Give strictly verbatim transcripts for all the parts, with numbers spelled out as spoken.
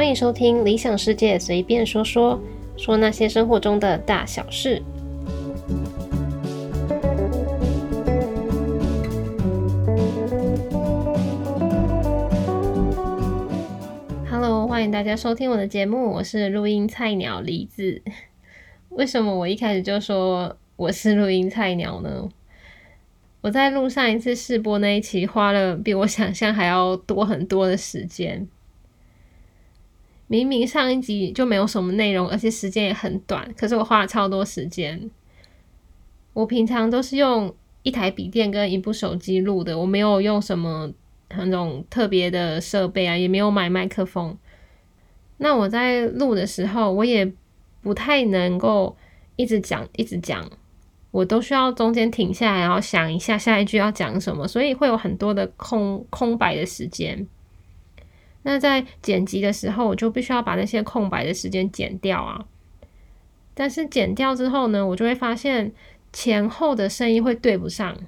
欢迎收听理想世界随便说说，说那些生活中的大小事。Hello， 欢迎大家收听我的节目，我是录音菜鸟梨子。为什么我一开始就说我是录音菜鸟呢？我在录上一次试播那一期花了比我想象还要多很多的时间。明明上一集就没有什么内容，而且时间也很短，可是我花了超多时间。我平常都是用一台笔电跟一部手机录的，我没有用什么那种特别的设备啊，也没有买麦克风。那我在录的时候，我也不太能够一直讲一直讲，我都需要中间停下来，然后想一下下一句要讲什么，所以会有很多的空空白的时间。那在剪辑的时候，我就必须要把那些空白的时间剪掉啊。但是剪掉之后呢，我就会发现前后的声音会对不上，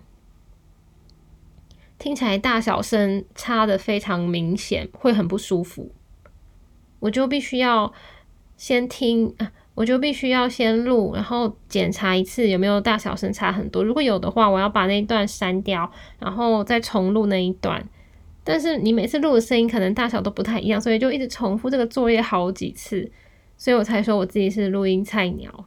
听起来大小声差得非常明显，会很不舒服。我就必须要先听，我就必须要先录，然后检查一次有没有大小声差很多。如果有的话，我要把那一段删掉，然后再重录那一段。但是你每次录的声音可能大小都不太一样，所以就一直重复这个作业好几次，所以我才说我自己是录音菜鸟。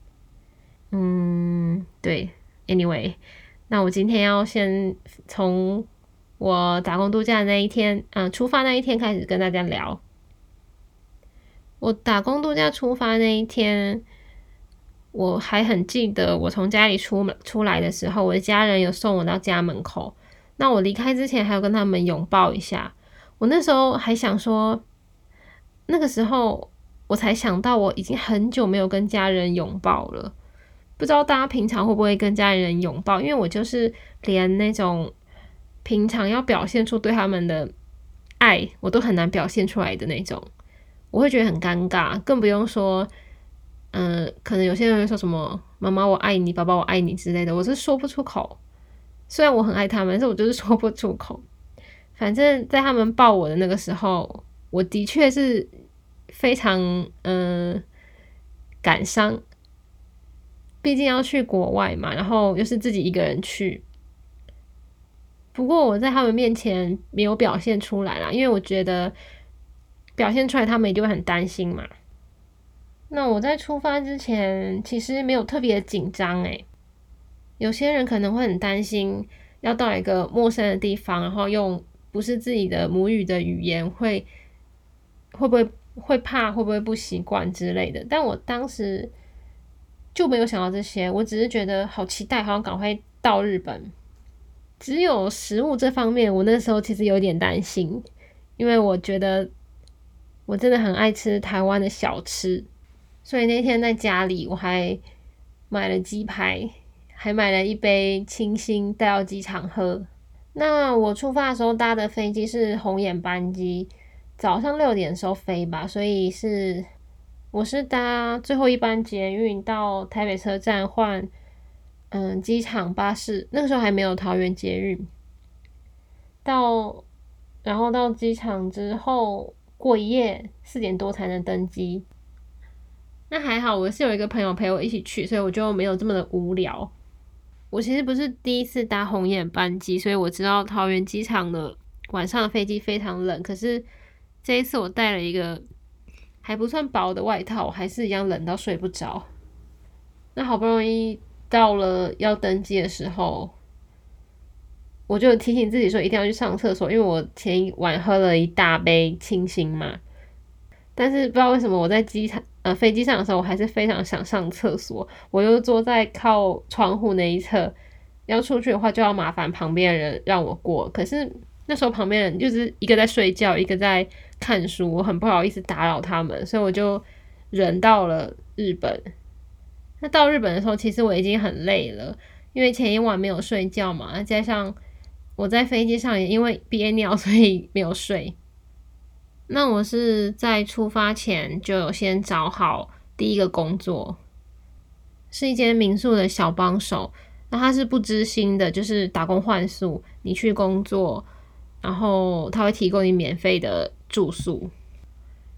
嗯，对 ，anyway， 那我今天要先从我打工度假的那一天，嗯、呃，出发那一天开始跟大家聊。我打工度假出发那一天，我还很记得，我从家里出出来的时候，我的家人有送我到家门口。那我离开之前还有跟他们拥抱一下，我那时候还想说，那个时候我才想到我已经很久没有跟家人拥抱了。不知道大家平常会不会跟家人拥抱，因为我就是连那种平常要表现出对他们的爱我都很难表现出来的那种，我会觉得很尴尬，更不用说嗯、呃，可能有些人会说什么妈妈我爱你，爸爸我爱你之类的，我是说不出口。虽然我很爱他们，但是我就是说不出口。反正在他们抱我的那个时候，我的确是非常嗯、呃、感伤，毕竟要去国外嘛，然后又是自己一个人去。不过我在他们面前没有表现出来啦，因为我觉得表现出来他们一定会很担心嘛。那我在出发之前其实没有特别紧张诶。有些人可能会很担心要到一个陌生的地方，然后用不是自己的母语的语言，会会不会会怕，会不会不习惯之类的。但我当时就没有想到这些，我只是觉得好期待，好想赶快到日本。只有食物这方面，我那时候其实有点担心，因为我觉得我真的很爱吃台湾的小吃，所以那天在家里我还买了鸡排，还买了一杯清新带到机场喝。那我出发的时候搭的飞机是红眼班机，早上六点的时候飞吧，所以是我是搭最后一班捷运到台北车站换嗯机场巴士，那个时候还没有桃园捷运。到然后到机场之后过一夜，四点多才能登机。那还好，我是有一个朋友陪我一起去，所以我就没有这么的无聊。我其实不是第一次搭红眼班机，所以我知道桃园机场的晚上的飞机非常冷，可是这一次我带了一个还不算薄的外套，我还是一样冷到睡不着。那好不容易到了要登机的时候，我就提醒自己说一定要去上厕所，因为我前一晚喝了一大杯清新嘛。但是不知道为什么我在机场呃飞机上的时候，我还是非常想上厕所。我又坐在靠窗户那一侧，要出去的话就要麻烦旁边的人让我过。可是那时候旁边人就是一个在睡觉，一个在看书，我很不好意思打扰他们，所以我就忍到了日本。那到日本的时候，其实我已经很累了，因为前一晚没有睡觉嘛，加上我在飞机上也因为憋尿，所以没有睡。那我是在出发前就有先找好第一个工作，是一间民宿的小帮手。那他是不支薪的，就是打工换宿，你去工作，然后他会提供你免费的住宿。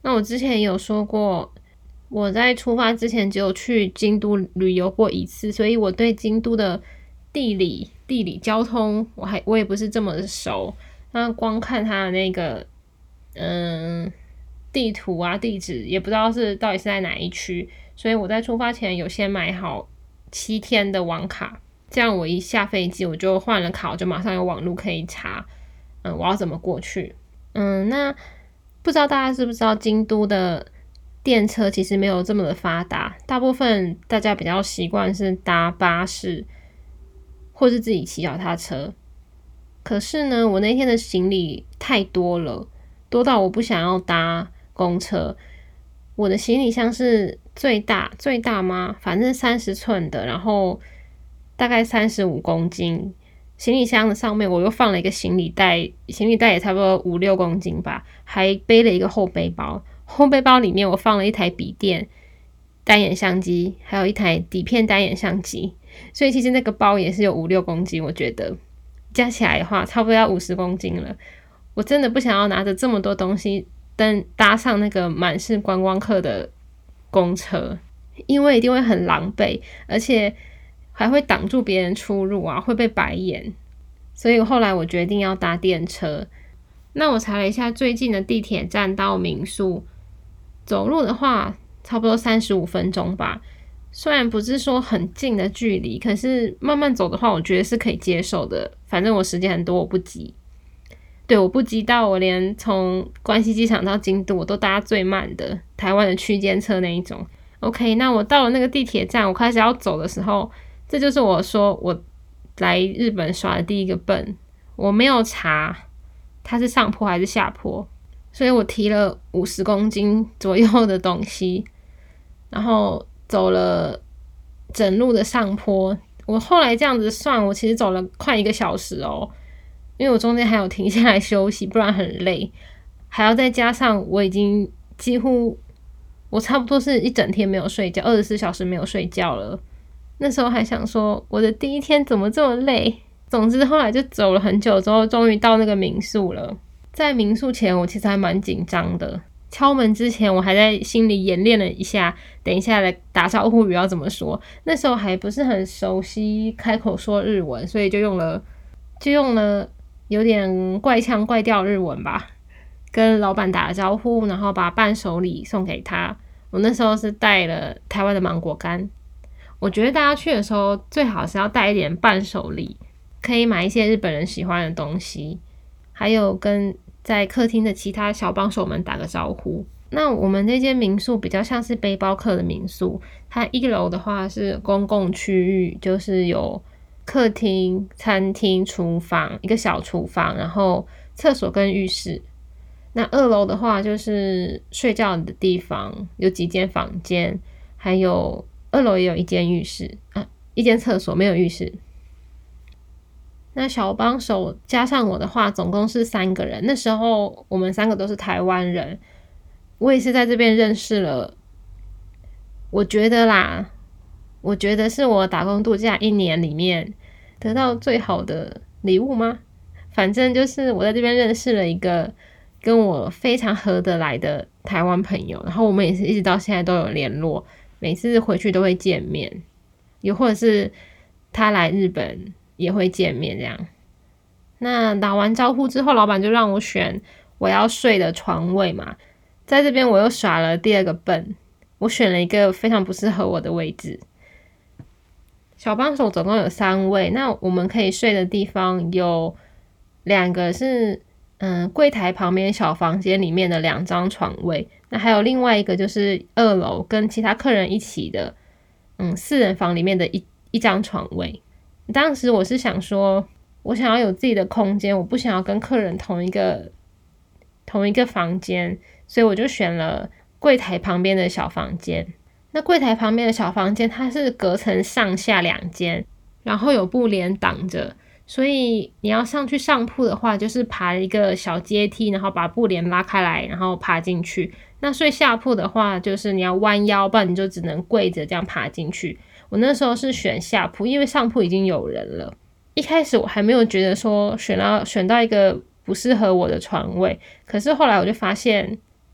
那我之前有说过，我在出发之前只有去京都旅游过一次，所以我对京都的地理、地理交通我还我也不是这么的熟。那光看它的那个嗯地图啊地址，也不知道是到底是在哪一区，所以我在出发前有先买好七天的网卡，这样我一下飞机我就换了卡，我就马上有网路可以查，嗯，我要怎么过去。嗯，那不知道大家知不知道京都的电车其实没有这么的发达，大部分大家比较习惯是搭巴士或是自己骑脚踏车。可是呢，我那天的行李太多了，多到我不想要搭公车。我的行李箱是最大最大吗？反正三十寸的，然后大概三十五公斤。行李箱的上面我又放了一个行李袋，行李袋也差不多五六公斤吧，还背了一个后背包。后背包里面我放了一台笔电、单眼相机，还有一台底片单眼相机。所以其实那个包也是有五六公斤，我觉得加起来的话差不多要五十公斤了。我真的不想要拿着这么多东西登搭上那个满是观光客的公车，因为一定会很狼狈，而且还会挡住别人出入啊，会被白眼。所以后来我决定要搭电车。那我查了一下最近的地铁站到民宿，走路的话差不多三十五分钟吧。虽然不是说很近的距离，可是慢慢走的话我觉得是可以接受的，反正我时间很多，我不急。对，我不急到我连从关西机场到京都我都搭最慢的台湾的区间车那一种。 OK， 那我到了那个地铁站，我开始要走的时候，这就是我说我来日本耍的第一个笨，我没有查它是上坡还是下坡，所以我提了五十公斤左右的东西，然后走了整路的上坡。我后来这样子算，我其实走了快一个小时哦，因为我中间还有停下来休息，不然很累，还要再加上我已经几乎我差不多是一整天没有睡觉，二十四小时没有睡觉了。那时候还想说我的第一天怎么这么累。总之后来就走了很久之后，终于到那个民宿了。在民宿前我其实还蛮紧张的，敲门之前我还在心里演练了一下等一下来打招呼语要怎么说。那时候还不是很熟悉开口说日文，所以就用了就用了有点怪腔怪调日文吧，跟老板打了招呼，然后把伴手礼送给他。我那时候是带了台湾的芒果干，我觉得大家去的时候最好是要带一点伴手礼，可以买一些日本人喜欢的东西，还有跟在客厅的其他小帮手们打个招呼。那我们这间民宿比较像是背包客的民宿，它一楼的话是公共区域，就是有客厅、餐厅、厨房，一个小厨房，然后厕所跟浴室。那二楼的话就是睡觉的地方，有几间房间，还有二楼也有一间浴室啊，一间厕所，没有浴室。那小帮手加上我的话总共是三个人，那时候我们三个都是台湾人。我也是在这边认识了，我觉得啦我觉得是我打工度假一年里面得到最好的礼物吗？反正就是我在这边认识了一个跟我非常合得来的台湾朋友，然后我们也是一直到现在都有联络，每次回去都会见面，又或者是他来日本也会见面这样。那打完招呼之后，老板就让我选我要睡的床位嘛，在这边我又耍了第二个笨，我选了一个非常不适合我的位置。小帮手总共有三位，那我们可以睡的地方有两个是嗯柜台旁边小房间里面的两张床位，那还有另外一个就是二楼跟其他客人一起的嗯四人房里面的一一张床位。当时我是想说我想要有自己的空间，我不想要跟客人同一个同一个房间，所以我就选了柜台旁边的小房间。那柜台旁边的小房间它是隔成上下两间，然后有布帘挡着，所以你要上去上铺的话就是爬一个小阶梯，然后把布帘拉开来然后爬进去。那睡下铺的话就是你要弯腰，不然你就只能跪着这样爬进去。我那时候是选下铺，因为上铺已经有人了。一开始我还没有觉得说选到选到一个不适合我的床位，可是后来我就发现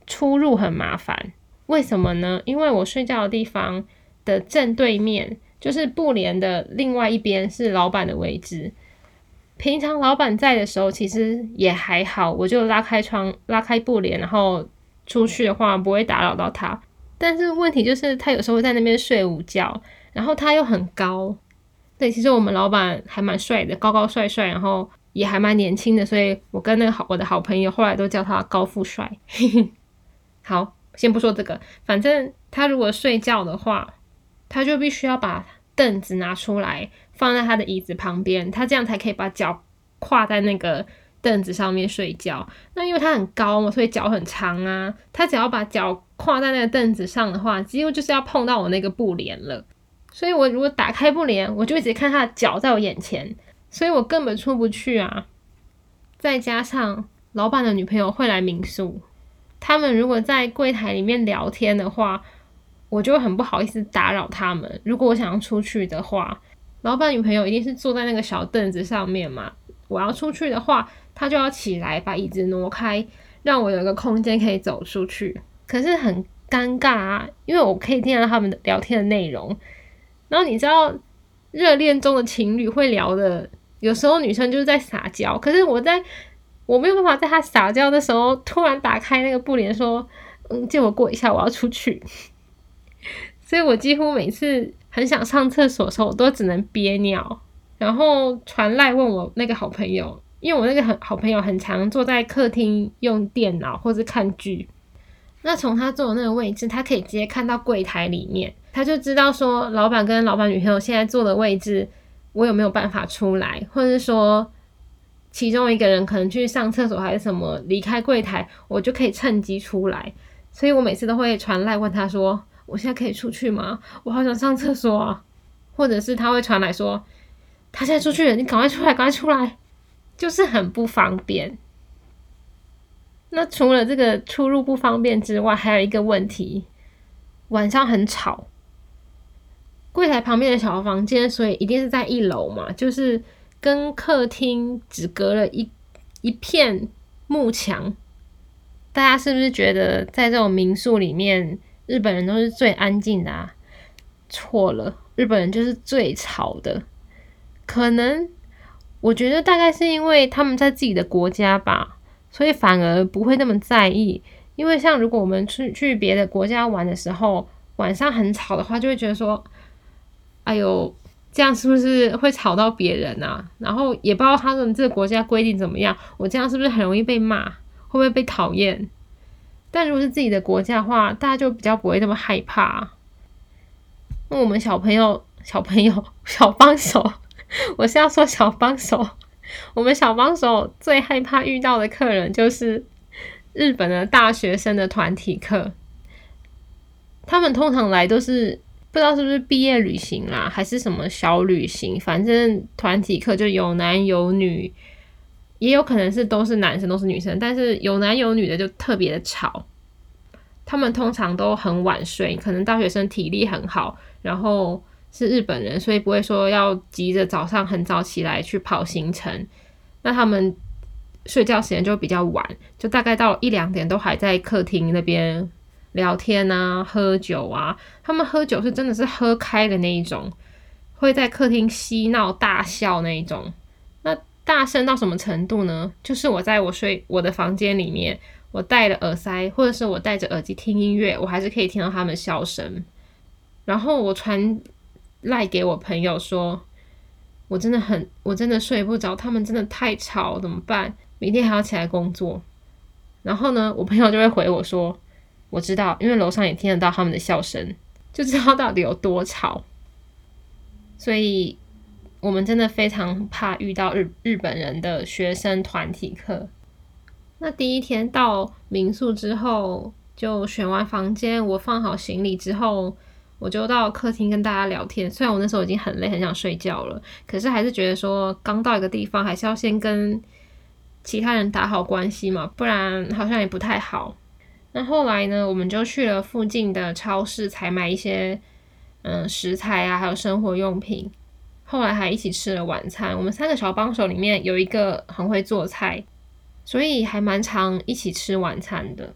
出入很麻烦。为什么呢？因为我睡觉的地方的正对面就是布帘的另外一边是老板的位置。平常老板在的时候其实也还好，我就拉开窗拉开布帘，然后出去的话不会打扰到他。但是问题就是他有时候会在那边睡午觉，然后他又很高。对，其实我们老板还蛮帅的，高高帅帅，然后也还蛮年轻的，所以我跟那个好我的好朋友后来都叫他高富帅。好，先不说这个，反正他如果睡觉的话，他就必须要把凳子拿出来放在他的椅子旁边，他这样才可以把脚跨在那个凳子上面睡觉。那因为他很高嘛，所以脚很长啊，他只要把脚跨在那个凳子上的话，几乎就是要碰到我那个布帘了。所以我如果打开布帘，我就一直看他的脚在我眼前，所以我根本出不去啊。再加上老板的女朋友会来民宿，他们如果在柜台里面聊天的话，我就很不好意思打扰他们。如果我想要出去的话，老板女朋友一定是坐在那个小凳子上面嘛，我要出去的话，她就要起来把椅子挪开，让我有一个空间可以走出去。可是很尴尬啊，因为我可以听到他们聊天的内容。然后你知道热恋中的情侣会聊的，有时候女生就是在撒娇，可是我在我没有办法在她撒娇的时候突然打开那个布帘说嗯，借我过一下，我要出去。所以我几乎每次很想上厕所的时候，我都只能憋尿，然后传赖问我那个好朋友，因为我那个很好朋友很常坐在客厅用电脑或是看剧，那从他坐的那个位置，他可以直接看到柜台里面，他就知道说老板跟老板女朋友现在坐的位置我有没有办法出来，或者是说其中一个人可能去上厕所还是什么离开柜台，我就可以趁机出来。所以我每次都会传赖问他说我现在可以出去吗？我好想上厕所啊。或者是他会传来说他现在出去了，你赶快出来赶快出来，就是很不方便。那除了这个出入不方便之外，还有一个问题，晚上很吵。柜台旁边的小房间，所以一定是在一楼嘛，就是跟客厅只隔了一一片幕墙。大家是不是觉得在这种民宿里面，日本人都是最安静的啊？错了，日本人就是最吵的。可能我觉得大概是因为他们在自己的国家吧，所以反而不会那么在意。因为像如果我们去去别的国家玩的时候，晚上很吵的话，就会觉得说哎呦这样是不是会吵到别人啊？然后也不知道他们这个国家规定怎么样，我这样是不是很容易被骂，会不会被讨厌？但如果是自己的国家的话，大家就比较不会那么害怕。那我们小朋友小朋友小帮手我是要说小帮手，我们小帮手最害怕遇到的客人就是日本的大学生的团体课。他们通常来都是不知道是不是毕业旅行啦，还是什么小旅行，反正团体课就有男有女，也有可能是都是男生都是女生，但是有男有女的就特别的吵。他们通常都很晚睡，可能大学生体力很好，然后是日本人，所以不会说要急着早上很早起来去跑行程。那他们睡觉时间就比较晚，就大概到一两点都还在客厅那边聊天啊喝酒啊。他们喝酒是真的是喝开的那一种，会在客厅嬉闹大笑那一种。那大声到什么程度呢？就是我在我睡我的房间里面，我戴了耳塞或者是我戴着耳机听音乐，我还是可以听到他们笑声。然后我传赖给我朋友说我真的很我真的睡不着，他们真的太吵怎么办，明天还要起来工作。然后呢我朋友就会回我说我知道，因为楼上也听得到他们的笑声，就知道到底有多吵。所以我们真的非常怕遇到 日, 日本人的学生团体课。那第一天到民宿之后，就选完房间，我放好行李之后，我就到客厅跟大家聊天。虽然我那时候已经很累很想睡觉了，可是还是觉得说刚到一个地方还是要先跟其他人打好关系嘛，不然好像也不太好。那后来呢，我们就去了附近的超市采买一些嗯食材啊，还有生活用品。后来还一起吃了晚餐。我们三个小帮手里面有一个很会做菜，所以还蛮常一起吃晚餐的。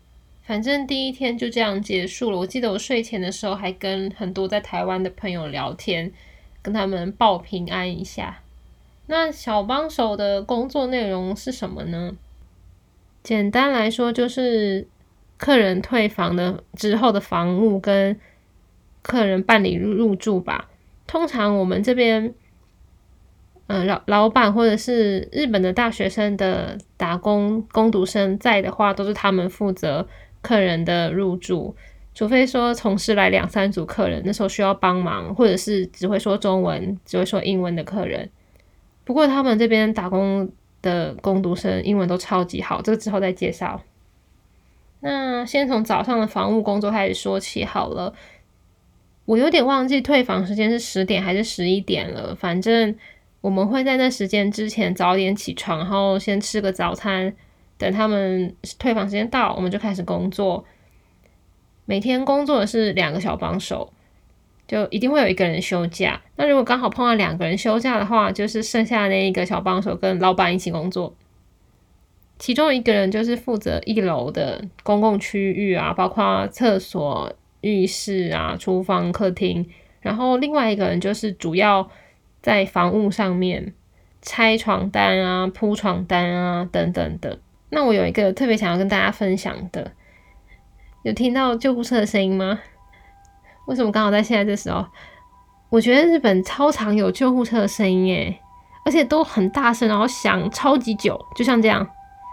反正第一天就这样结束了。我记得我睡前的时候还跟很多在台湾的朋友聊天，跟他们报平安一下。那小帮手的工作内容是什么呢？简单来说就是客人退房的之后的房务跟客人办理入住吧。通常我们这边呃老老板或者是日本的大学生的打工工读生在的话，都是他们负责客人的入住，除非说同时来两三组客人，那时候需要帮忙，或者是只会说中文只会说英文的客人。不过他们这边打工的工读生英文都超级好，这个之后再介绍。那先从早上的房务工作开始说起好了。我有点忘记退房时间是十点还是十一点了，反正我们会在那时间之前早点起床，然后先吃个早餐，等他们退房时间到，我们就开始工作。每天工作的是两个小帮手，就一定会有一个人休假。那如果刚好碰到两个人休假的话，就是剩下的那一个小帮手跟老板一起工作。其中一个人就是负责一楼的公共区域啊，包括厕所、浴室啊、厨房、客厅，然后另外一个人就是主要在房屋上面拆床单啊、铺床单啊等等的。那我有一个特别想要跟大家分享的，有听到救护车的声音吗？为什么刚好在现在这时候？我觉得日本超常有救护车的声音耶，而且都很大声，然后响超级久，就像这样。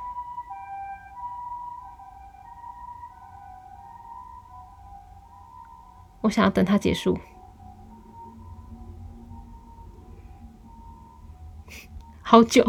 我想要等它结束，好久。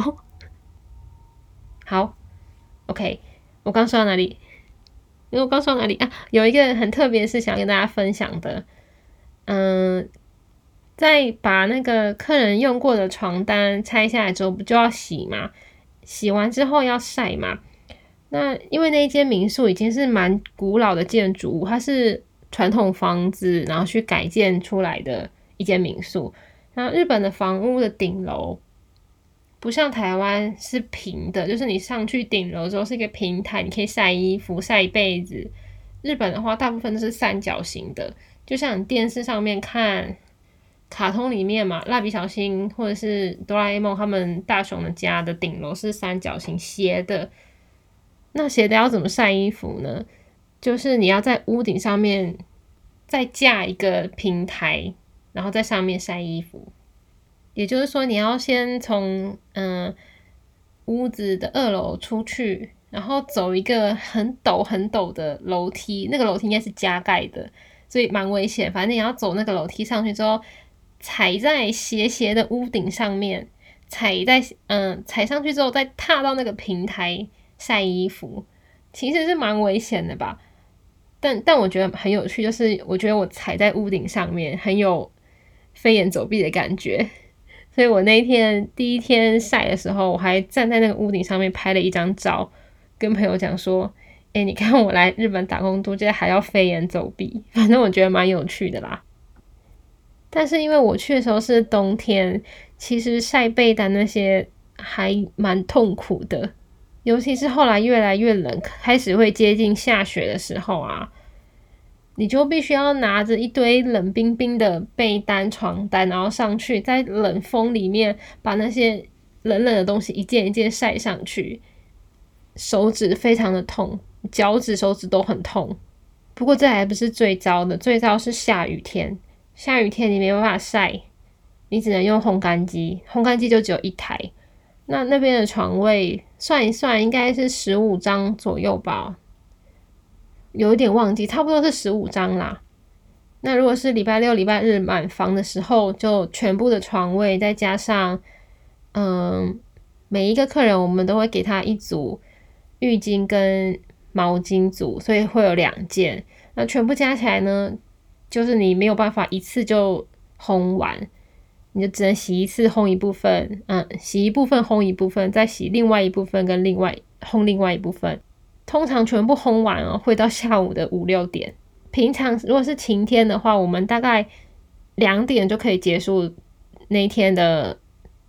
好 ，OK， 我刚说到哪里？因为我刚说到哪里啊？有一个很特别的事想跟大家分享的，嗯，在把那个客人用过的床单拆下来之后，不就要洗吗？洗完之后要晒嘛。那因为那一间民宿已经是蛮古老的建筑物，它是传统房子，然后去改建出来的一间民宿。然后日本的房屋的顶楼不像台湾是平的，就是你上去顶楼之后是一个平台，你可以晒衣服、晒被子。日本的话，大部分都是三角形的，就像你电视上面看卡通里面嘛，蜡笔小新或者是哆啦 A 梦他们大雄的家的顶楼是三角形斜的。那斜的要怎么晒衣服呢？就是你要在屋顶上面再架一个平台，然后在上面晒衣服。也就是说，你要先从嗯屋子的二楼出去，然后走一个很陡很陡的楼梯，那个楼梯应该是加盖的，所以蛮危险。反正你要走那个楼梯上去之后，踩在斜斜的屋顶上面，踩在嗯踩上去之后，再踏到那个平台晒衣服，其实是蛮危险的吧。但但我觉得很有趣，就是我觉得我踩在屋顶上面很有飞檐走壁的感觉，所以我那一天第一天晒的时候，我还站在那个屋顶上面拍了一张照，跟朋友讲说：“哎、欸，你看我来日本打工度假还要飞檐走壁，反正我觉得蛮有趣的啦。”但是因为我去的时候是冬天，其实晒被单那些还蛮痛苦的。尤其是后来越来越冷，开始会接近下雪的时候啊，你就必须要拿着一堆冷冰冰的被单、床单，然后上去，在冷风里面把那些冷冷的东西一件一件晒上去，手指非常的痛，脚趾、手指都很痛。不过这还不是最糟的，最糟是下雨天，下雨天你没办法晒，你只能用烘干机，烘干机就只有一台。那那边的床位算一算，应该是十五张左右吧，有一点忘记，差不多是十五张啦。那如果是礼拜六、礼拜日满房的时候，就全部的床位再加上，嗯，每一个客人我们都会给他一组浴巾跟毛巾组，所以会有两件。那全部加起来呢，就是你没有办法一次就烘完。你就只能洗一次烘一部分，嗯，洗一部分烘一部分，再洗另外一部分跟另外烘另外一部分。通常全部烘完哦，会到下午的五六点。平常如果是晴天的话，我们大概两点就可以结束那一天的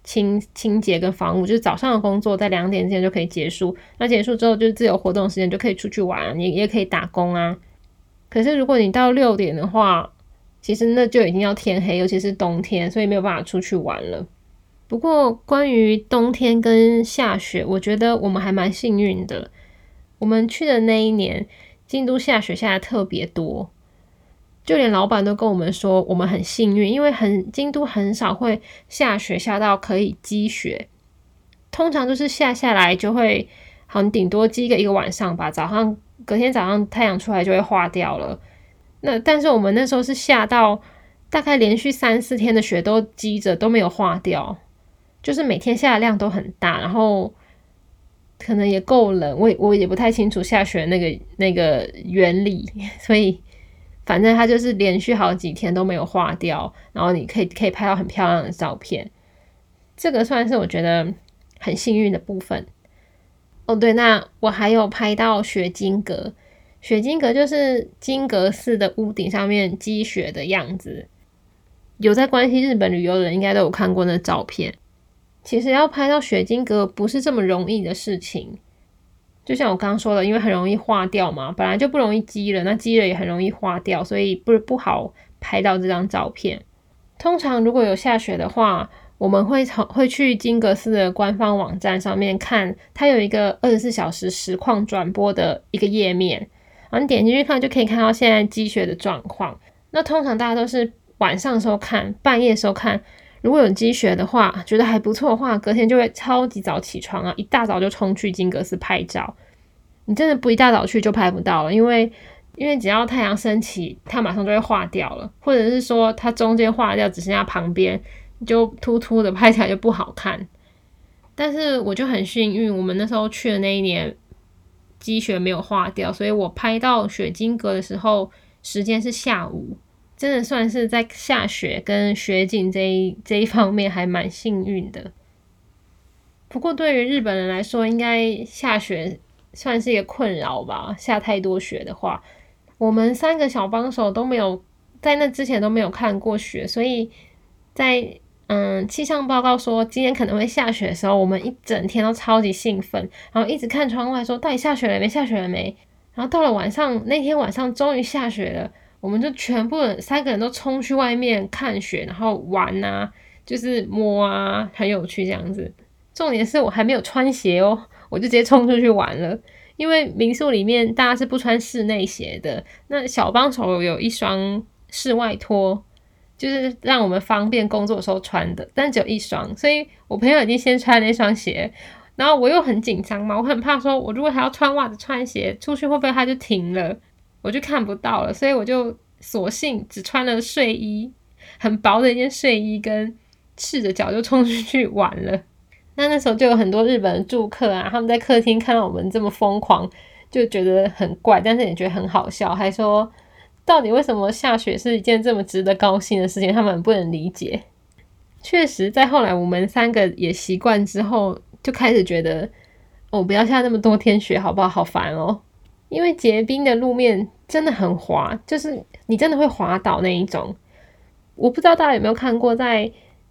清清洁跟防务，就是早上的工作在两点之前就可以结束，那结束之后就是自由活动的时间，就可以出去玩，也也可以打工啊。可是如果你到六点的话，其实那就已经要天黑，尤其是冬天，所以没有办法出去玩了。不过关于冬天跟下雪，我觉得我们还蛮幸运的。我们去的那一年，京都下雪下的特别多，就连老板都跟我们说我们很幸运，因为很京都很少会下雪下到可以积雪，通常就是下下来就会好像顶多积个一个晚上吧，早上隔天早上太阳出来就会化掉了。那但是我们那时候是下到大概连续三四天的雪都积着都没有化掉，就是每天下的量都很大，然后可能也够冷，我也我也不太清楚下雪那个那个原理，所以反正它就是连续好几天都没有化掉，然后你可以可以拍到很漂亮的照片，这个算是我觉得很幸运的部分。哦对，那我还有拍到雪金阁，雪金阁就是金阁寺的屋顶上面积雪的样子，有在关心日本旅游的人应该都有看过那照片。其实要拍到雪金阁不是这么容易的事情，就像我刚刚说的，因为很容易化掉嘛，本来就不容易积了，那积了也很容易化掉，所以不不好拍到这张照片。通常如果有下雪的话，我们会会去金阁寺的官方网站上面看，它有一个二十四小时实况转播的一个页面，然后你点进去看就可以看到现在积雪的状况。那通常大家都是晚上的时候看，半夜的时候看，如果有积雪的话，觉得还不错的话，隔天就会超级早起床啊，一大早就冲去金阁寺拍照。你真的不一大早去就拍不到了，因为因为只要太阳升起，它马上就会化掉了，或者是说它中间化掉，只剩下旁边就突突的，拍起来就不好看。但是我就很幸运，我们那时候去的那一年积雪没有化掉，所以我拍到雪金阁的时候时间是下午，真的算是在下雪跟雪景这一这一方面还蛮幸运的。不过对于日本人来说，应该下雪算是一个困扰吧，下太多雪的话，我们三个小帮手都没有在那之前都没有看过雪，所以在嗯气象报告说今天可能会下雪的时候，我们一整天都超级兴奋，然后一直看窗外说到底下雪了没下雪了没，然后到了晚上，那天晚上终于下雪了，我们就全部人三个人都冲去外面看雪，然后玩啊，就是摸啊，很有趣这样子。重点是我还没有穿鞋哦，我就直接冲出去玩了。因为民宿里面大家是不穿室内鞋的，那小帮手有一双室外拖，就是让我们方便工作的时候穿的，但只有一双，所以我朋友已经先穿那双鞋，然后我又很紧张嘛，我很怕说我如果还要穿袜子穿鞋出去会不会它就停了，我就看不到了，所以我就索性只穿了睡衣，很薄的一件睡衣跟赤着脚就冲出去玩了。那那时候就有很多日本的住客啊，他们在客厅看到我们这么疯狂，就觉得很怪，但是也觉得很好笑，还说到底为什么下雪是一件这么值得高兴的事情，他们很不能理解。确实在后来我们三个也习惯之后，就开始觉得哦，不要下那么多天雪好不好，好烦哦。因为结冰的路面真的很滑，就是你真的会滑倒那一种。我不知道大家有没有看过，在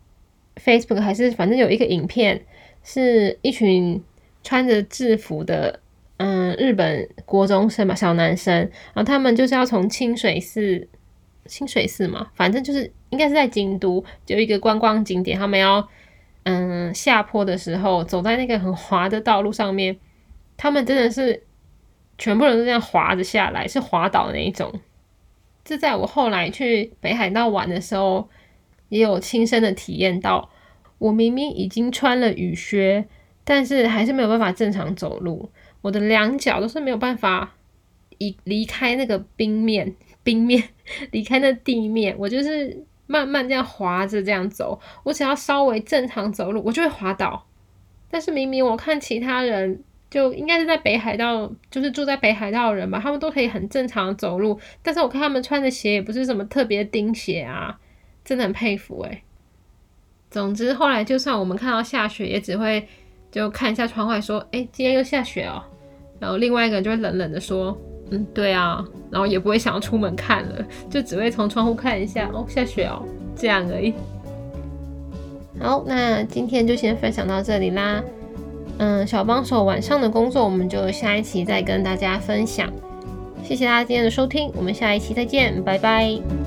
Facebook 还是反正有一个影片，是一群穿着制服的嗯日本国中生嘛，小男生，然后他们就是要从清水寺清水寺嘛，反正就是应该是在京都有一个观光景点，他们要嗯下坡的时候走在那个很滑的道路上面，他们真的是全部人都这样滑着下来，是滑倒的那一种。这在我后来去北海道玩的时候也有亲身的体验到，我明明已经穿了雨靴，但是还是没有办法正常走路，我的两脚都是没有办法离开那个冰面冰面离开那地面，我就是慢慢这样滑着这样走，我只要稍微正常走路我就会滑倒。但是明明我看其他人就应该是在北海道，就是住在北海道的人吧，他们都可以很正常的走路，但是我看他们穿的鞋也不是什么特别钉鞋啊，真的很佩服欸。总之后来就算我们看到下雪，也只会就看一下窗外说诶今天又下雪哦，然后另外一个人就会冷冷的说嗯对啊，然后也不会想要出门看了，就只会从窗户看一下哦下雪哦，这样而已。 好，那今天就先分享到这里啦。嗯，小帮手晚上的工作，我们就下一期再跟大家分享。谢谢大家今天的收听，我们下一期再见，拜拜。